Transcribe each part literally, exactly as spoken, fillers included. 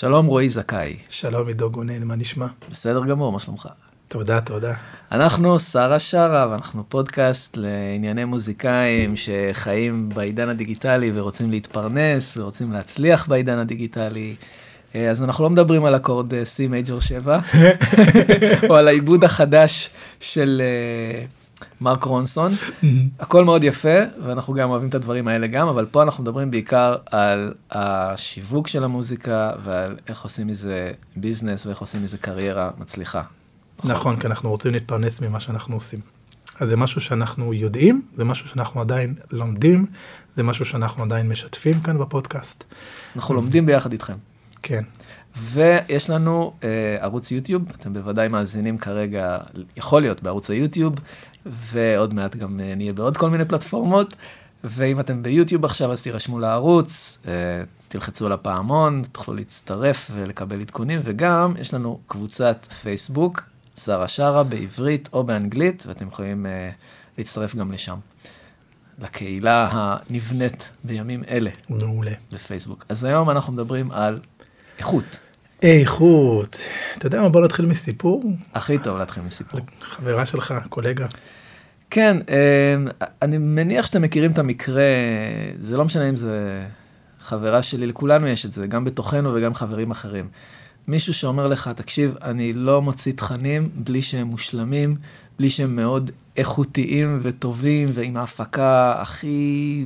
שלום רועי זכאי. שלום עידו גונן, מה נשמע? בסדר גמור, מה שלומך? תודה, תודה. אנחנו שרה שרה, ואנחנו פודקאסט לענייני מוזיקאים שחיים בעידן הדיגיטלי ורוצים להתפרנס ורוצים להצליח בעידן הדיגיטלי. אז אנחנו לא מדברים על אקורד C מייג'ור שבע, או על העיבוד החדש של מרק רונסון. הכל מאוד יפה, ואנחנו גם אוהבים את הדברים האלה גם, אבל פה אנחנו מדברים בעיקר על השיווק של המוזיקה, ועל איך עושים מזה ביזנס, ואיך עושים מזה קריירה מצליחה. נכון, כי אנחנו רוצים להתפרנס ממה שאנחנו עושים. אז זה משהו שאנחנו יודעים, זה משהו שאנחנו עדיין לומדים, זה משהו שאנחנו עדיין משתפים כאן בפודקאסט. אנחנו לומדים ביחד איתכם. כן. ויש לנו אה, ערוץ יוטיוב, אתם בוודאי מאזינים כרגע, יכול להיות בערוץ היוטיוב, ועוד מעט גם אה, נהיה בעוד כל מיני פלטפורמות, ואם אתם ביוטיוב עכשיו, אז תירשמו לערוץ, אה, תלחצו על הפעמון, תוכלו להצטרף ולקבל עדכונים, וגם יש לנו קבוצת פייסבוק, שרה שרה בעברית או באנגלית, ואתם יכולים אה, להצטרף גם לשם, לקהילה הנבנית בימים אלה. מעולה. בפייסבוק. אז היום אנחנו מדברים על איכות. איכות. אתה יודע מה, בוא נתחיל מסיפור? הכי טוב להתחיל מסיפור. חברה שלך, קולגה. כן, אני מניח שאתם מכירים את המקרה, זה לא משנה אם זה חברה שלי, לכולנו יש את זה, גם בתוכנו וגם חברים אחרים. מישהו שאומר לך, תקשיב, אני לא מוציא תכנים בלי שהם מושלמים, בלי שהם מאוד איכותיים וטובים, ועם ההפקה הכי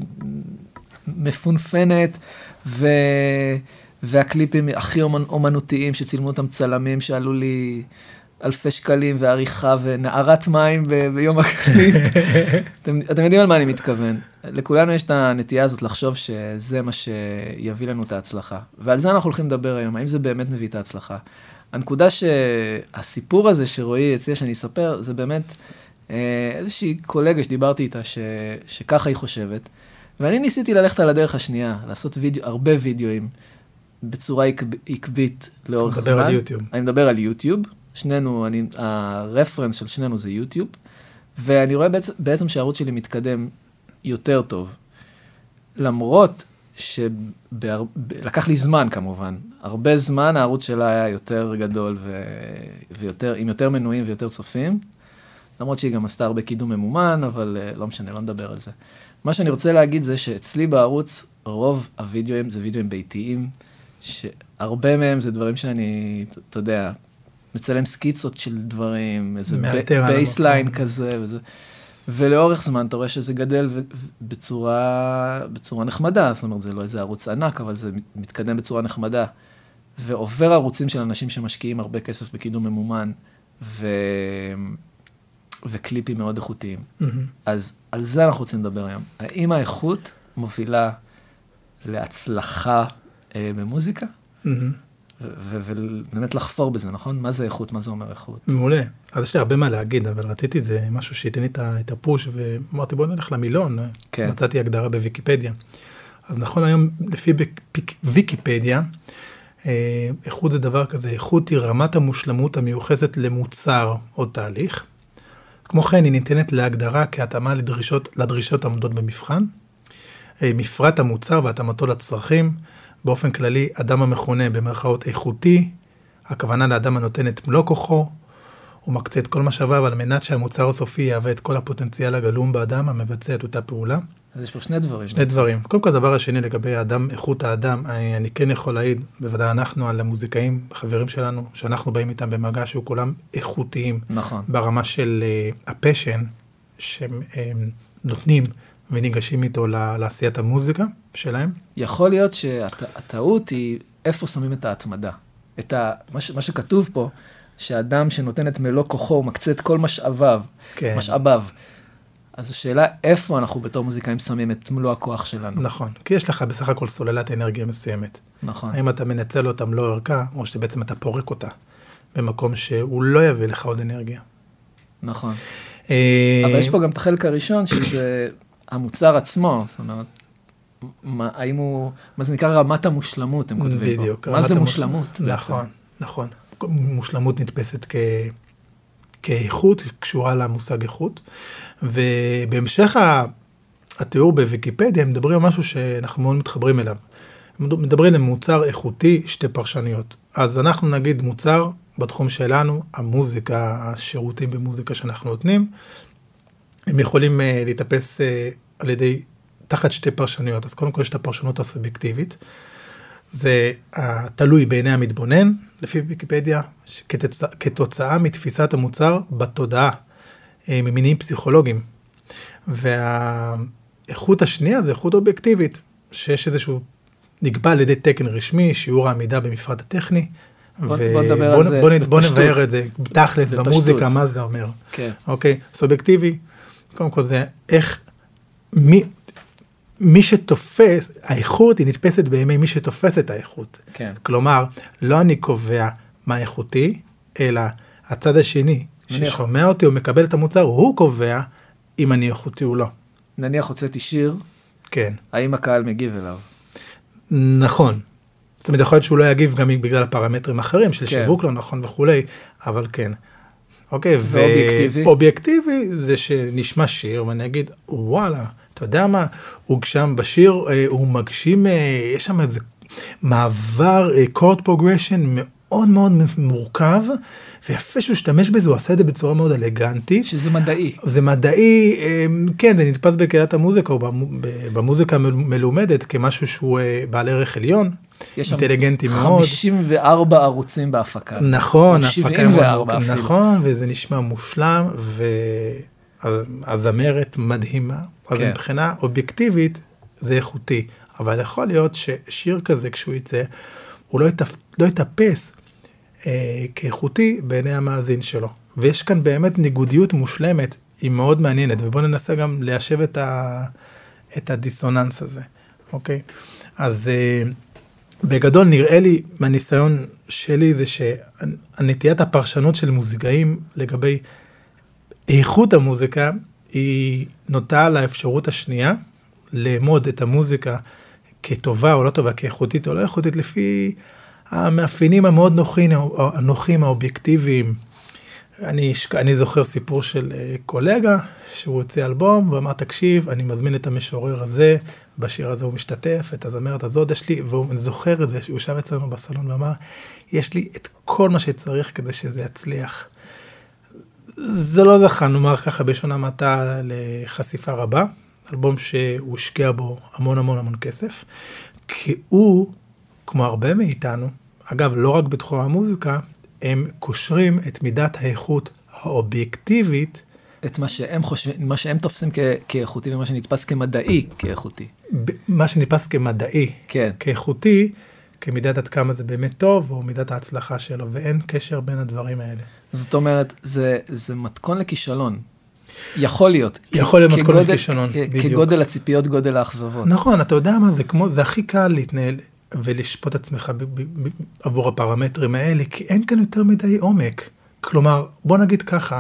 מפונפנת, ו... והקליפים הכי אומנותיים שצילמו אותם צלמים שעלו לי אלפי שקלים ועריכה ונערת מים ב- ביום הקליפ. אתם, אתם יודעים על מה אני מתכוון. לכולנו יש את הנטייה הזאת לחשוב שזה מה שיביא לנו את ההצלחה. ועל זה אנחנו הולכים לדבר היום, האם זה באמת מביא את ההצלחה. הנקודה שהסיפור הזה שרועי הציע שאני אספר, זה באמת איזושהי קולגה שדיברתי איתה ש, שככה היא חושבת. ואני ניסיתי ללכת על הדרך השנייה, לעשות וידאו, הרבה וידאוים, בצורה עקבית לאורך זמן. אתה מדבר על יוטיוב. אני מדבר על יוטיוב. שנינו, אני, הרפרנס של שנינו זה יוטיוב. ואני רואה בעצם, בעצם שהערוץ שלי מתקדם יותר טוב. למרות שלקח לי זמן כמובן. הרבה זמן הערוץ שלה היה יותר גדול ו... ויותר, עם יותר מנויים ויותר צופים. למרות שהיא גם עשתה הרבה קידום ממומן, אבל לא משנה, לא נדבר על זה. מה שאני רוצה להגיד זה שאצלי בערוץ, רוב הוידאוים זה וידאוים ביתיים, שהרבה מהם זה דברים שאני, אתה יודע, מצלם סקיצות של דברים, איזה בייסליין כזה, וזה. ולאורך זמן אתה רואה שזה גדל בצורה, בצורה נחמדה, זאת אומרת, זה לא איזה ערוץ ענק, אבל זה מתקדם בצורה נחמדה, ועובר ערוצים של אנשים שמשקיעים הרבה כסף בקידום ממומן, ו... וקליפים מאוד איכותיים. Mm-hmm. אז על זה אנחנו רוצים לדבר היום. האם האיכות מובילה להצלחה אה, במוזיקה? Mm-hmm. ובאמת לחפור בזה, נכון? מה זה איכות? מה זה אומר איכות? מעולה. אז יש לי הרבה מה להגיד, אבל רציתי זה משהו שייתן לי את הפוש, ואמרתי בוא נלך למילון. כן. מצאתי הגדרה בוויקיפדיה. אז נכון היום, לפי ויקיפדיה, איכות זה דבר כזה, איכות היא רמת המושלמות המיוחסת למוצר או תהליך. כמו כן, היא ניתנת להגדרה כהתאמה לדרישות, לדרישות עמדות במבחן. מפרט המוצר והתאמתו לצרכים. באופן כללי, אדם המכונה במרכאות איכותי, הכוונה לאדם הנותן את מלוא כוחו, הוא מקצה את כל משאביו על מנת שהמוצר הסופי יהווה את כל הפוטנציאל הגלום באדם המבצע את אותה פעולה. אז יש פה שני דברים. שני דברים. קודם כל, הדבר השני לגבי האדם, איכות האדם, אני, אני כן יכול להעיד, בוודאי אנחנו על המוזיקאים, חברים שלנו, שאנחנו באים איתם במגע שהוא כולם איכותיים. נכון. ברמה של uh, הפשן, שהם um, נותנים וניגשים איתו לעשיית המוזיקה שלהם. יכול להיות שהטעות היא איפה שמים את ההתמדה. את ה, מה, ש, מה שכתוב פה, שהאדם שנותן את מלוא כוחו, הוא מקצה את כל משאביו, כן. משאביו. אז השאלה, איפה אנחנו בתור מוזיקאים שמים את מלוא הכוח שלנו? נכון, כי יש לך בסך הכל סוללת אנרגיה מסוימת. נכון. האם אתה מנצל אותה מלוא ערכה, או שבעצם אתה פורק אותה, במקום שהוא לא יביא לך עוד אנרגיה. נכון. אבל יש פה גם את החלק הראשון, שזה המוצר עצמו, זאת אומרת, מה, האם הוא, מה זה נקרא רמת המושלמות, הם כותבים בדיוק, פה. מה זה מושלמות? נכון, נכון. מושלמות נתפסת כ... כאיכות, קשורה למושג איכות, ובהמשך התיאור בוויקיפדיה, הם מדברים על משהו שאנחנו מאוד מתחברים אליו, מדברים על מוצר איכותי, שתי פרשנויות. אז אנחנו נגיד מוצר בתחום שלנו, המוזיקה, השירותים במוזיקה שאנחנו נותנים, הם יכולים uh, להתאפס uh, על ידי, תחת שתי פרשנויות. אז קודם כל יש את הפרשנות הסובייקטיבית, זה uh, תלוי בעיני המתבונן, לפי ויקיפדיה, שכתוצא, כתוצאה מתפיסת המוצר בתודעה, uh, ממינים פסיכולוגיים. והאיכות השנייה זה איכות אובייקטיבית, שיש איזשהו נקבע על ידי תקן רשמי, שיעור העמידה במפרט הטכני, בוא, בוא נדבר על זה בפשטות. בוא נבהר את זה, תכלס, במוזיקה, מה זה אומר. כן. אוקיי, סובייקטיבי, קודם כל זה איך, מי, מי שתופס, האיכות היא נתפסת בימי מי שתופס את האיכות. כן. כלומר, לא אני קובע מה איכותי, אלא הצד השני, ששומע אותי או מקבל את המוצר, הוא קובע אם אני איכותי או לא. נניח הוצאתי שיר, כן. האם הקהל מגיב אליו? נכון. זאת אומרת, יכול להיות שהוא לא יגיב גם בגלל הפרמטרים האחרים, של כן. שיווק לא נכון וכולי, אבל כן. אוקיי, ואובייקטיבי? ואובייקטיבי זה שנשמע שיר, ואני אגיד, וואלה, אתה יודע מה, הוא שם בשיר, הוא מגשים, יש שם איזה מעבר, קורד פרוגרשן מאוד מאוד מורכב, ויפה שהוא השתמש בזה, הוא עשה את זה בצורה מאוד אלגנטית. שזה מדעי. זה מדעי, כן, זה נתפס בקהילת המוזיקה, או במוזיקה המלומדת, כמשהו שהוא בעל ערך עליון, אינטליגנטי מאוד. יש שם חמישים וארבע ערוצים בהפקה. נכון, שבעים וארבע אפילו. נכון, וזה נשמע מושלם, והזמרת מדהימה. אז מבחינה אובייקטיבית, זה איכותי. אבל יכול להיות ששיר כזה, כשהוא יצא, הוא לא יתאפס אה, כאיכותי בעיני המאזין שלו. ויש כאן באמת ניגודיות מושלמת, היא מאוד מעניינת, ובואו ננסה גם ליישב את, ה, את הדיסוננס הזה, אוקיי? אז אה, בגדול נראה לי, מהניסיון שלי, זה שהנטיית הפרשנות של מוזיקאים לגבי איכות המוזיקה, היא נוטה על האפשרות השנייה, לאמוד את המוזיקה כטובה או לא טובה, כאיכותית או לא איכותית, לפי המאפיינים המאוד נוחים, הנוחים, האובייקטיביים. אני, אני זוכר סיפור של קולגה, שהוא הוציא אלבום, ואמר, תקשיב, אני מזמין את המשורר הזה, בשיר הזה הוא משתתף, את הזמרת הזאת יש לי, והוא זוכר את זה, שהוא ישב אצלנו בסלון ואמר, יש לי את כל מה שצריך כדי שזה יצליח. זה לא זכה, נאמר ככה, בשון המעטה לחשיפה רבה, אלבום שהוא השקיע בו המון המון המון כסף, כי הוא, כמו הרבה מאיתנו, אגב, לא רק בתחום המוזיקה, הם קושרים את מידת האיכות האובייקטיבית, את מה שהם חושבים, מה שהם תופסים כ- כאיכותי, ומה שנתפס כמדעי כאיכותי. מה שנתפס כמדעי, כן. כאיכותי, כמידת עד כמה זה באמת טוב, או מידת ההצלחה שלו, ואין קשר בין הדברים האלה. זאת אומרת, זה, זה מתכון לכישלון. יכול להיות. יכול להיות מתכון לכישלון, בדיוק. כגודל הציפיות, גודל האכזבות. נכון, אתה יודע מה, זה כמו, זה הכי קל להתנהל ולשפוט עצמך ב- ב- ב- עבור הפרמטרים האלה, כי אין כאן יותר מדי עומק. כלומר, בוא נגיד ככה,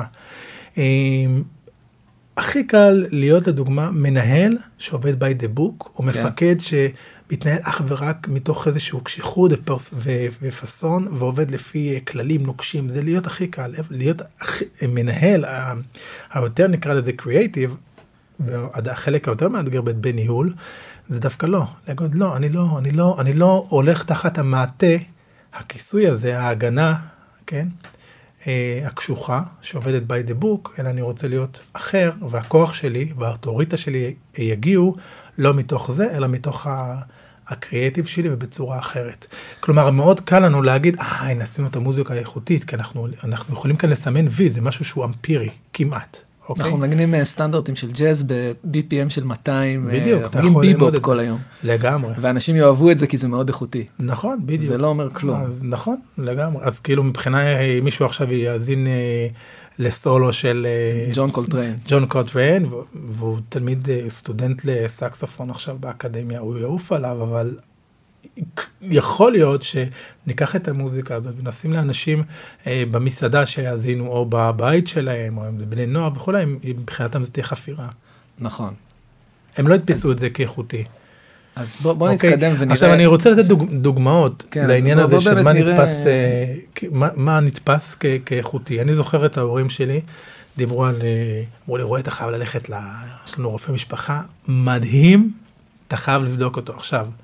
הכי קל להיות לדוגמה מנהל שעובד by the book, או מפקד שמתנהל אך ורק מתוך איזשהו קשיחות ופסון, ועובד לפי כללים נוקשים. זה להיות הכי קל, להיות מנהל, היותר נקרא לזה creative, והחלק היותר מאתגר בניהול, זה דווקא לא. להגיד, לא, אני לא, אני לא, אני לא הולך תחת המעטה, הכיסוי הזה, ההגנה, כן? הקשוחה, שעובדת by the book, אלא אני רוצה להיות אחר, והכוח שלי והאוטוריטה שלי יגיעו לא מתוך זה, אלא מתוך הקריאטיב שלי ובצורה אחרת. כלומר, מאוד קל לנו להגיד, אה, נשים את המוזיקה האיכותית, כי אנחנו, אנחנו יכולים כאן לסמן וי, זה משהו שהוא אמפירי, כמעט. אוקיי? אנחנו מנגנים סטנדרטים של ג'אז ב-בי פי אם של מאתיים, בדיוק, אתה יכול ללמוד את זה כל היום. לגמרי. ואנשים יאהבו את זה כי זה מאוד איכותי. נכון, בדיוק. זה לא אומר כלום. אז, נכון, לגמרי. אז כאילו מבחינה, מישהו עכשיו יאזין אה, לסולו של אה, ג'ון קולטריין. ג'ון קולטריין, והוא תלמיד אה, סטודנט לסקסופון עכשיו באקדמיה, הוא יעוף עליו, אבל יכול להיות שניקח את המוזיקה הזאת ונשים לאנשים אה, במסעדה שיאזינו, או בבית שלהם, או אם זה בני נוער וכו', מבחינתם זה תהיה חפירה. נכון. הם לא יתפסו את זה כאיכותי. אז בוא, בוא נתקדם okay. ונראה. עכשיו אני רוצה לתת דוג, דוגמאות כן, לעניין הזה של מה נראה... נתפס, אה, מה, מה נתפס כ, כאיכותי. אני זוכר את ההורים שלי, דיברו על, אמרו לי, רואה, אתה חייב ללכת, ל... יש לנו רופא משפחה מדהים, אתה חייב לבדוק אותו עכשיו.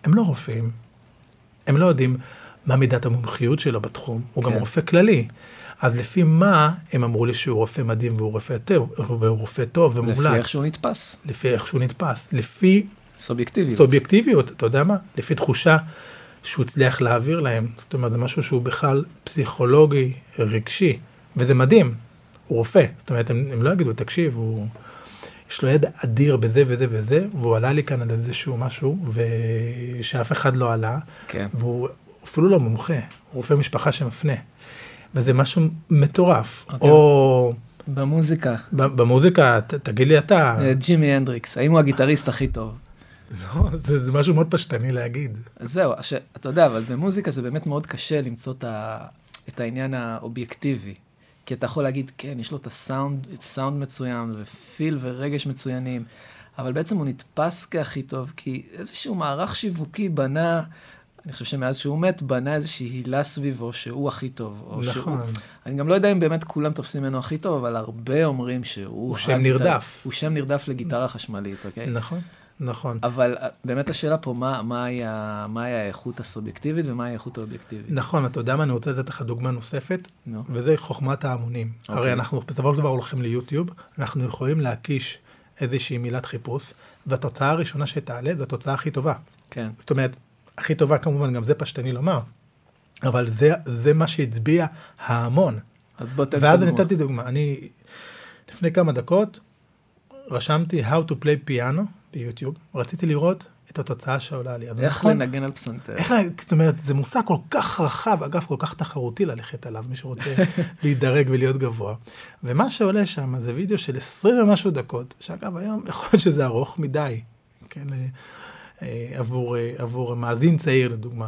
הם לא רופאים, הם לא יודעים מה מידת המומחיות שלו בתחום, הוא כן. גם רופא כללי. אז לפי מה הם אמרו לי שהוא רופא מדהים והוא רופא טוב, והוא רופא טוב ומומלץ. לפי איך שהוא נתפס. לפי איך שהוא נתפס. לפי... סובייקטיביות. סובייקטיביות, אתה יודע מה? לפי תחושה שהוא הצליח להעביר להם. זאת אומרת, זה משהו שהוא בכלל פסיכולוגי, רגשי, וזה מדהים. הוא רופא. זאת אומרת, הם, הם לא יגידו, תקשיב, הוא... יש לו ידע אדיר בזה וזה וזה, והוא עלה לי כאן על איזשהו משהו, ושאף אחד לא עלה, כן. והוא אפילו לא מומחה, הוא רופא משפחה שמפנה. וזה משהו מטורף. אוקיי. או... במוזיקה. במוזיקה, ת, תגיד לי אתה... ג'ימי הנדריקס, האם הוא הגיטריסט הכי טוב? לא, זה, זה משהו מאוד פשטני להגיד. אז זהו, ש... אתה יודע, אבל במוזיקה זה באמת מאוד קשה למצוא את, ה... את העניין האובייקטיבי. כי אתה יכול להגיד, כן, יש לו את הסאונד, את סאונד מצוין, ופיל ורגש מצוינים, אבל בעצם הוא נתפס כהכי טוב, כי איזשהו מערך שיווקי בנה, אני חושב שמאז שהוא מת, בנה איזושהי הילה סביבו, שהוא הכי טוב. נכון. שהוא, אני גם לא יודע אם באמת כולם תופסים ממנו הכי טוב, אבל הרבה אומרים שהוא... הוא שם נרדף. הוא שם נרדף לגיטרה חשמלית, אוקיי? נכון, נכון. אבל באמת השאלה פה, מה, מהי, מהי האיכות הסובייקטיבית ומהי האיכות האובייקטיבית? נכון, אתה יודע מה, אני רוצה לתת לך דוגמה נוספת, no. וזה חוכמת ההמונים. Okay. הרי אנחנו בסופו של דבר הולכים ליוטיוב, אנחנו יכולים להקיש איזושהי מילת חיפוש, והתוצאה הראשונה שתעלה, זו התוצאה הכי טובה. כן. זאת אומרת, הכי טובה כמובן, גם זה פשטני לומר, אבל זה, זה מה שהצביע ההמון. אז בוא תן ואז אני נתתי דוגמה. אני, לפני כמה דקות, רשמתי How to play piano ביוטיוב, רציתי לראות את התוצאה שעולה לי. איך נכון, לנגן על פסנתר. איך, זאת אומרת, זה מושג כל כך רחב, אגב, כל כך תחרותי ללכת עליו, מי שרוצה להידרג ולהיות גבוה. ומה שעולה שם, זה וידאו של עשרים ומשהו דקות, שאגב, היום יכול להיות שזה ארוך מדי, כן, עבור, עבור מאזין צעיר, לדוגמה.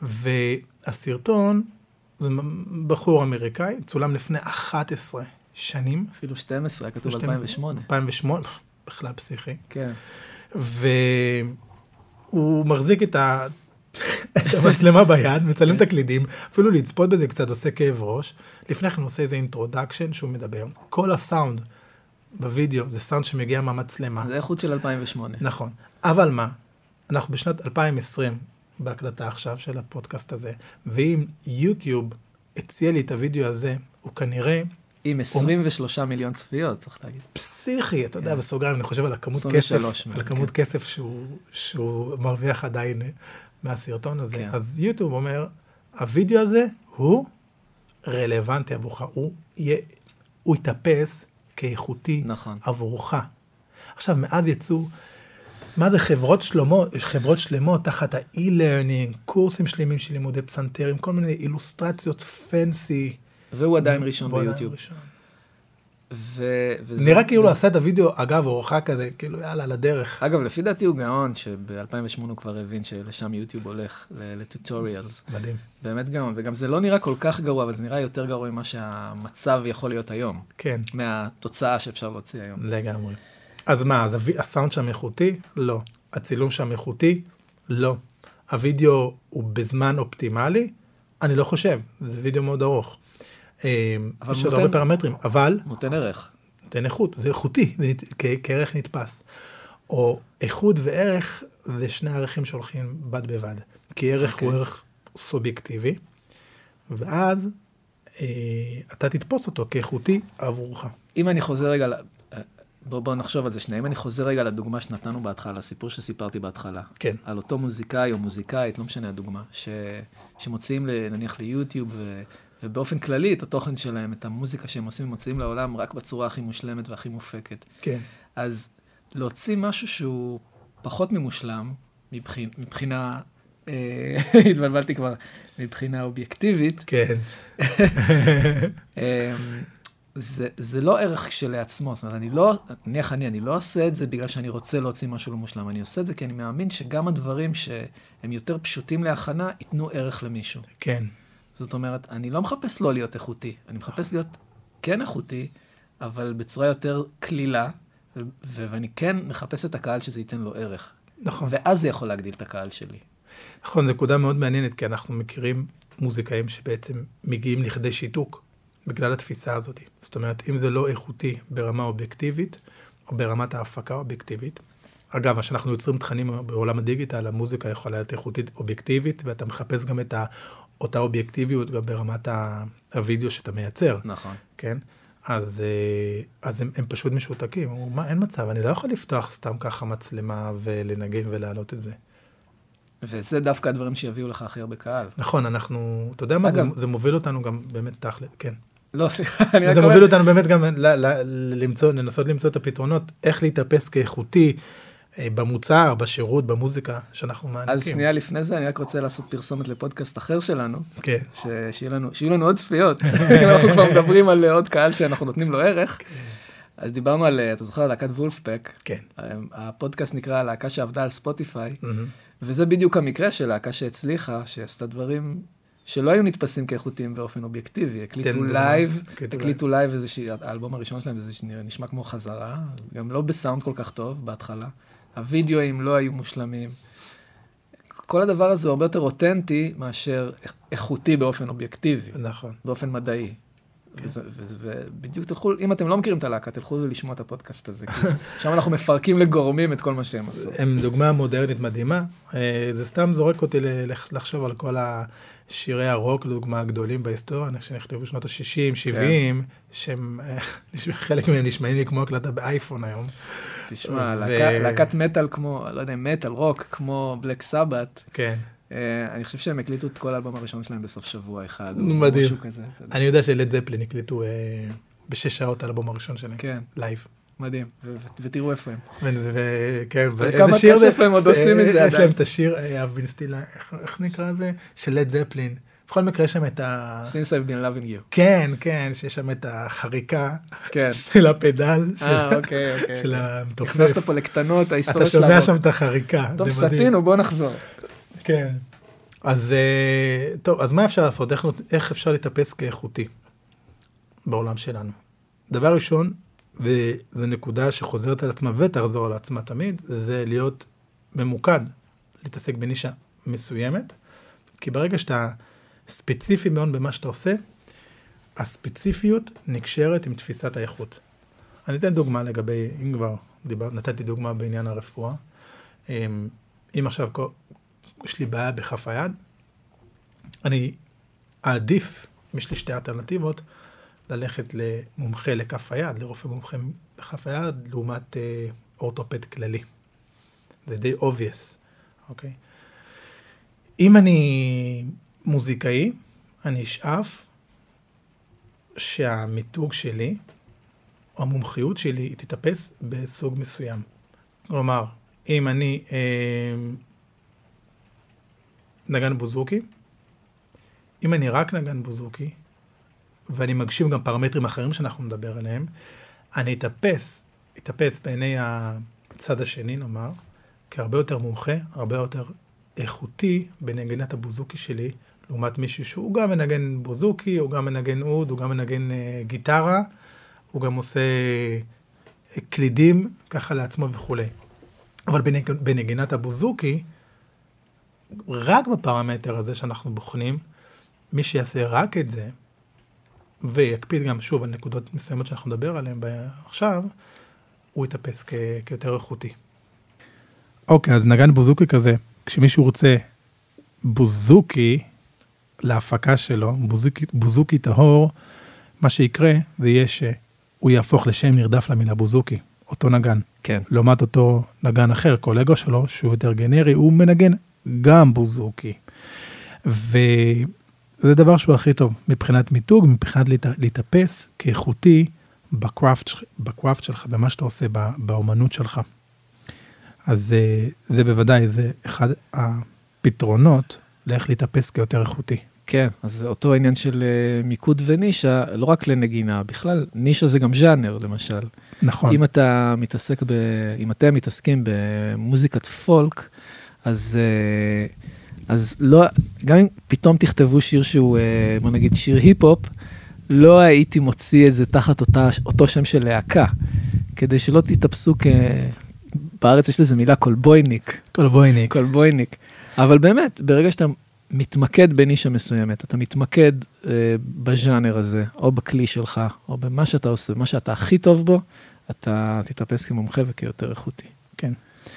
והסרטון, זה בחור אמריקאי, צולם לפני אחת עשרה שנים. אפילו שתים עשרה, כתוב אלפיים ושמונה. אלפיים ושמונה, בכלל פסיכי. כן. והוא מחזיק את, ה... את המצלמה ביד, מצלם את הקלידים, אפילו לצפות בזה קצת עושה כאב ראש. לפני כן הוא עושה איזה אינטרודקשן שהוא מדבר. כל הסאונד בווידאו זה סאונד שמגיע מהמצלמה. זה איכות של אלפיים ושמונה. נכון. אבל מה? אנחנו בשנת אלפיים ועשרים בהקלטה עכשיו של הפודקאסט הזה, ואם יוטיוב הציע לי את הווידאו הזה, הוא כנראה... עם עשרים ושלושה מיליון צפיות, צריך להגיד. פסיכי, אתה יודע, בסוגריים, אני חושב על הכמות כסף, על הכמות כסף שהוא מרוויח עדיין מהסרטון הזה. אז יוטיוב אומר, הווידאו הזה הוא רלוונטי עבורך, הוא יתאפס כאיכותי עבורך. עכשיו, מאז יצאו, מה זה חברות שלמות, חברות שלמות תחת ה-e-learning, קורסים שלמים של לימודי פסנתרים, כל מיני אילוסטרציות פנסי, והוא עדיין ראשון ביוטיוב. נראה כאילו הוא עשה את הוידאו, אגב, אורחה כזה, כאילו יאללה, לדרך. אגב, לפי דעתי הוא גאון, שב-אלפיים ושמונה הוא כבר הבין שלשם יוטיוב הולך, לטוטוריאלס. מדהים. באמת גאון, וגם זה לא נראה כל כך גרוע, אבל זה נראה יותר גרוע ממה שהמצב יכול להיות היום. כן. מהתוצאה שאפשר להוציא היום. לגמרי. אז מה, אז הסאונד שם איכותי? לא. הצילום שם איכותי? לא. הוידאו הוא בזמן אופטימלי? אני לא חושב, זה וידאו מאוד ארוך. יש עוד הרבה פרמטרים, אבל... נותן ערך. נותן איכות, זה איכותי, זה כערך נתפס. או איכות וערך, זה שני ערכים שהולכים בד בבד. כי ערך הוא ערך סובייקטיבי, ואז אתה תתפוס אותו כאיכותי עבורך. אם אני חוזר רגע, בואו נחשוב על זה שנייה, אם אני חוזר רגע לדוגמה שנתנו בהתחלה, הסיפור שסיפרתי בהתחלה. כן. על אותו מוזיקאי או מוזיקאית, לא משנה הדוגמה, שמוציאים נניח ליוטיוב ו... ובאופן כללי את התוכן שלהם, את המוזיקה שהם עושים ומוציאים לעולם רק בצורה הכי מושלמת והכי מופקת. כן. אז להוציא משהו שהוא פחות ממושלם, מבחינה, מבחינה אה, התבלבלתי כבר, מבחינה אובייקטיבית. כן. אה, זה, זה לא ערך שלעצמו, זאת אומרת, אני לא, נניח אני, אני לא עושה את זה בגלל שאני רוצה להוציא משהו לא מושלם, אני עושה את זה כי אני מאמין שגם הדברים שהם יותר פשוטים להכנה, ייתנו ערך למישהו. כן. זאת אומרת, אני לא מחפש לא להיות איכותי, אני מחפש להיות כן איכותי, אבל בצורה יותר כלילה, ו- ואני כן מחפש את הקהל שזה ייתן לו ערך. נכון. ואז זה יכול להגדיל את הקהל שלי. נכון, זו נקודה מאוד מעניינת, כי אנחנו מכירים מוזיקאים שבעצם מגיעים לכדי שיתוק, בגלל התפיסה הזאת. זאת אומרת, אם זה לא איכותי ברמה אובייקטיבית, או ברמת ההפקה האובייקטיבית, אגב, כשאנחנו יוצרים תכנים בעולם הדיגיטל, המוזיקה יכולה להיות איכותית אובייקטיבית, ואתה מחפש גם את אותה אובייקטיביות גם ברמת הווידאו שאתה מייצר. נכון. כן? אז, אז הם, הם פשוט משותקים. הוא, מה, אין מצב, אני לא יכול לפתוח סתם ככה מצלמה ולנגן ולהעלות את זה. וזה דווקא הדברים שיביאו לך הכי הרבה קהל. נכון, אנחנו, אתה יודע מה, זה, זה מוביל אותנו גם באמת תכל'ס, כן. לא, סליחה, אני רק... זה מוביל אותנו באמת גם ל, ל, למצוא, לנסות למצוא את הפתרונות, איך להתאפס כאיכותי, במוצר, בשירות, במוזיקה שאנחנו מעניקים. אז שנייה לפני זה, אני רק רוצה לעשות פרסומת לפודקאסט אחר שלנו. כן. שיהיו לנו, שיהיו לנו עוד צפיות. אנחנו כבר מדברים על עוד קהל שאנחנו נותנים לו ערך. אז דיברנו על, אתה זוכר, על להקת וולפפק. כן. הפודקאסט נקרא להקה שעבדה על ספוטיפיי, וזה בדיוק המקרה של להקה שהצליחה, שעשתה דברים שלא היו נתפסים כאיכותיים באופן אובייקטיבי. הקליטו לייב, הקליטו לייב איזושהי, האלבום הראשון שלהם, זה נשמע כמו חזרה, גם לא בסאונד כל כך טוב בהתחלה. הווידאוים לא היו מושלמים. כל הדבר הזה הוא הרבה יותר אותנטי מאשר איכותי באופן אובייקטיבי. נכון. באופן מדעי. ובדיוק תלכו, אם אתם לא מכירים את הלהקה, תלכו לשמוע את הפודקאסט הזה. שם אנחנו מפרקים לגורמים את כל מה שהם עשו. הם דוגמה מודרנית מדהימה. זה סתם זורק אותי לחשוב על כל השירי הרוק, דוגמה גדולים בהיסטוריה, שנכתבו שנות ה-שישים, שבעים, שהם, חלק מהם נשמעים לי כמו הקלטה באייפון היום. תשמע, להקת מטל כמו, לא יודע, מטל, רוק, כמו בלק סבת. כן. אני חושב שהם הקליטו את כל האלבום הראשון שלהם בסוף שבוע אחד. מדהים. אני יודע שלד זפלין הקליטו בשש שעות האלבום הראשון שלהם. כן. לייב. מדהים. ותראו איפה הם. כן. וכמה כסף הם עוד עושים מזה עדיין. יש להם את השיר, אב בן סטילה, איך נקרא זה? של לד זפלין. בכל מקרה יש שם את ה... Since I've been loving you. כן, כן, שיש שם את החריקה של הפדל, של המתופף. נכנסת פה לקטנות, ההיסטוריה של... אתה שומע שם את החריקה. טוב, סתינו, בוא נחזור. כן. אז טוב, אז מה אפשר לעשות? איך אפשר להתאפס כאיכותי בעולם שלנו? דבר ראשון, וזו נקודה שחוזרת על עצמה ותחזור על עצמה תמיד, זה להיות ממוקד, להתעסק בנישה מסוימת, כי ברגע שאתה ספציפי מאוד במה שאתה עושה, הספציפיות נקשרת עם תפיסת האיכות. אני אתן דוגמה לגבי, אם כבר דיבר, נתתי דוגמה בעניין הרפואה, אם עכשיו יש לי בעיה בכף היד, אני אעדיף, אם יש לי שתי אלטרנטיבות, ללכת למומחה לכף היד, לרופא מומחה בכף היד, לעומת אה, אורתופד כללי. זה די obvious, אוקיי? אם אני מוזיקאי, אני אשאף שהמיתוג שלי, או המומחיות שלי, היא תתאפס בסוג מסוים. כלומר, אם אני אה, נגן בוזוקי, אם אני רק נגן בוזוקי, ואני מגשים גם פרמטרים אחרים שאנחנו נדבר עליהם, אני אתאפס, אתאפס בעיני הצד השני, נאמר, כהרבה יותר מומחה, הרבה יותר איכותי בנגנת הבוזוקי שלי, לעומת מישהו שהוא גם מנגן בוזוקי, הוא גם מנגן אוד, הוא גם מנגן אה, גיטרה, הוא גם עושה אה, קלידים, ככה לעצמו וכו'. אבל בנג, בנגנת הבוזוקי, רק בפרמטר הזה שאנחנו בוחנים, מי שיעשה רק את זה, ויקפיד גם שוב על נקודות מסוימות שאנחנו נדבר עליהן עכשיו, הוא יתאפס כ- כיותר איכותי. אוקיי, אז נגן בוזוקי כזה, כשמישהו רוצה בוזוקי להפקה שלו, בוזוקי, בוזוקי טהור, מה שיקרה זה יהיה שהוא יהפוך לשם נרדף למילה בוזוקי, אותו נגן. כן. לעומת אותו נגן אחר, קולגו שלו, שהוא יותר גנרי, הוא מנגן גם בוזוקי. וזה דבר שהוא הכי טוב, מבחינת מיתוג, מבחינת להתאפס כאיכותי בקראפט, בקראפט שלך, במה שאתה עושה, באומנות שלך. אז זה, זה בוודאי, זה אחד הפתרונות לאיך להתאפס כיותר איכותי. כן, אז אותו העניין של מיקוד ונישה, לא רק לנגינה, בכלל, נישה זה גם ז'אנר, למשל. נכון. אם אתה מתעסק ב... אם אתם מתעסקים במוזיקת פולק, אז, אז לא, גם אם פתאום תכתבו שיר שהוא, בוא נגיד, שיר היפ-הופ, לא הייתי מוציא את זה תחת אותה, אותו שם של להקה, כדי שלא תתאפסו כ... בארץ יש לזה מילה קולבויניק. קולבויניק. קולבויניק. אבל באמת, ברגע שאתה מתמקד בנישה מסוימת, אתה מתמקד אה, בז'אנר הזה, או בכלי שלך, או במה שאתה עושה, מה שאתה הכי טוב בו, אתה תתאפס כמומחה וכיותר איכותי. כן.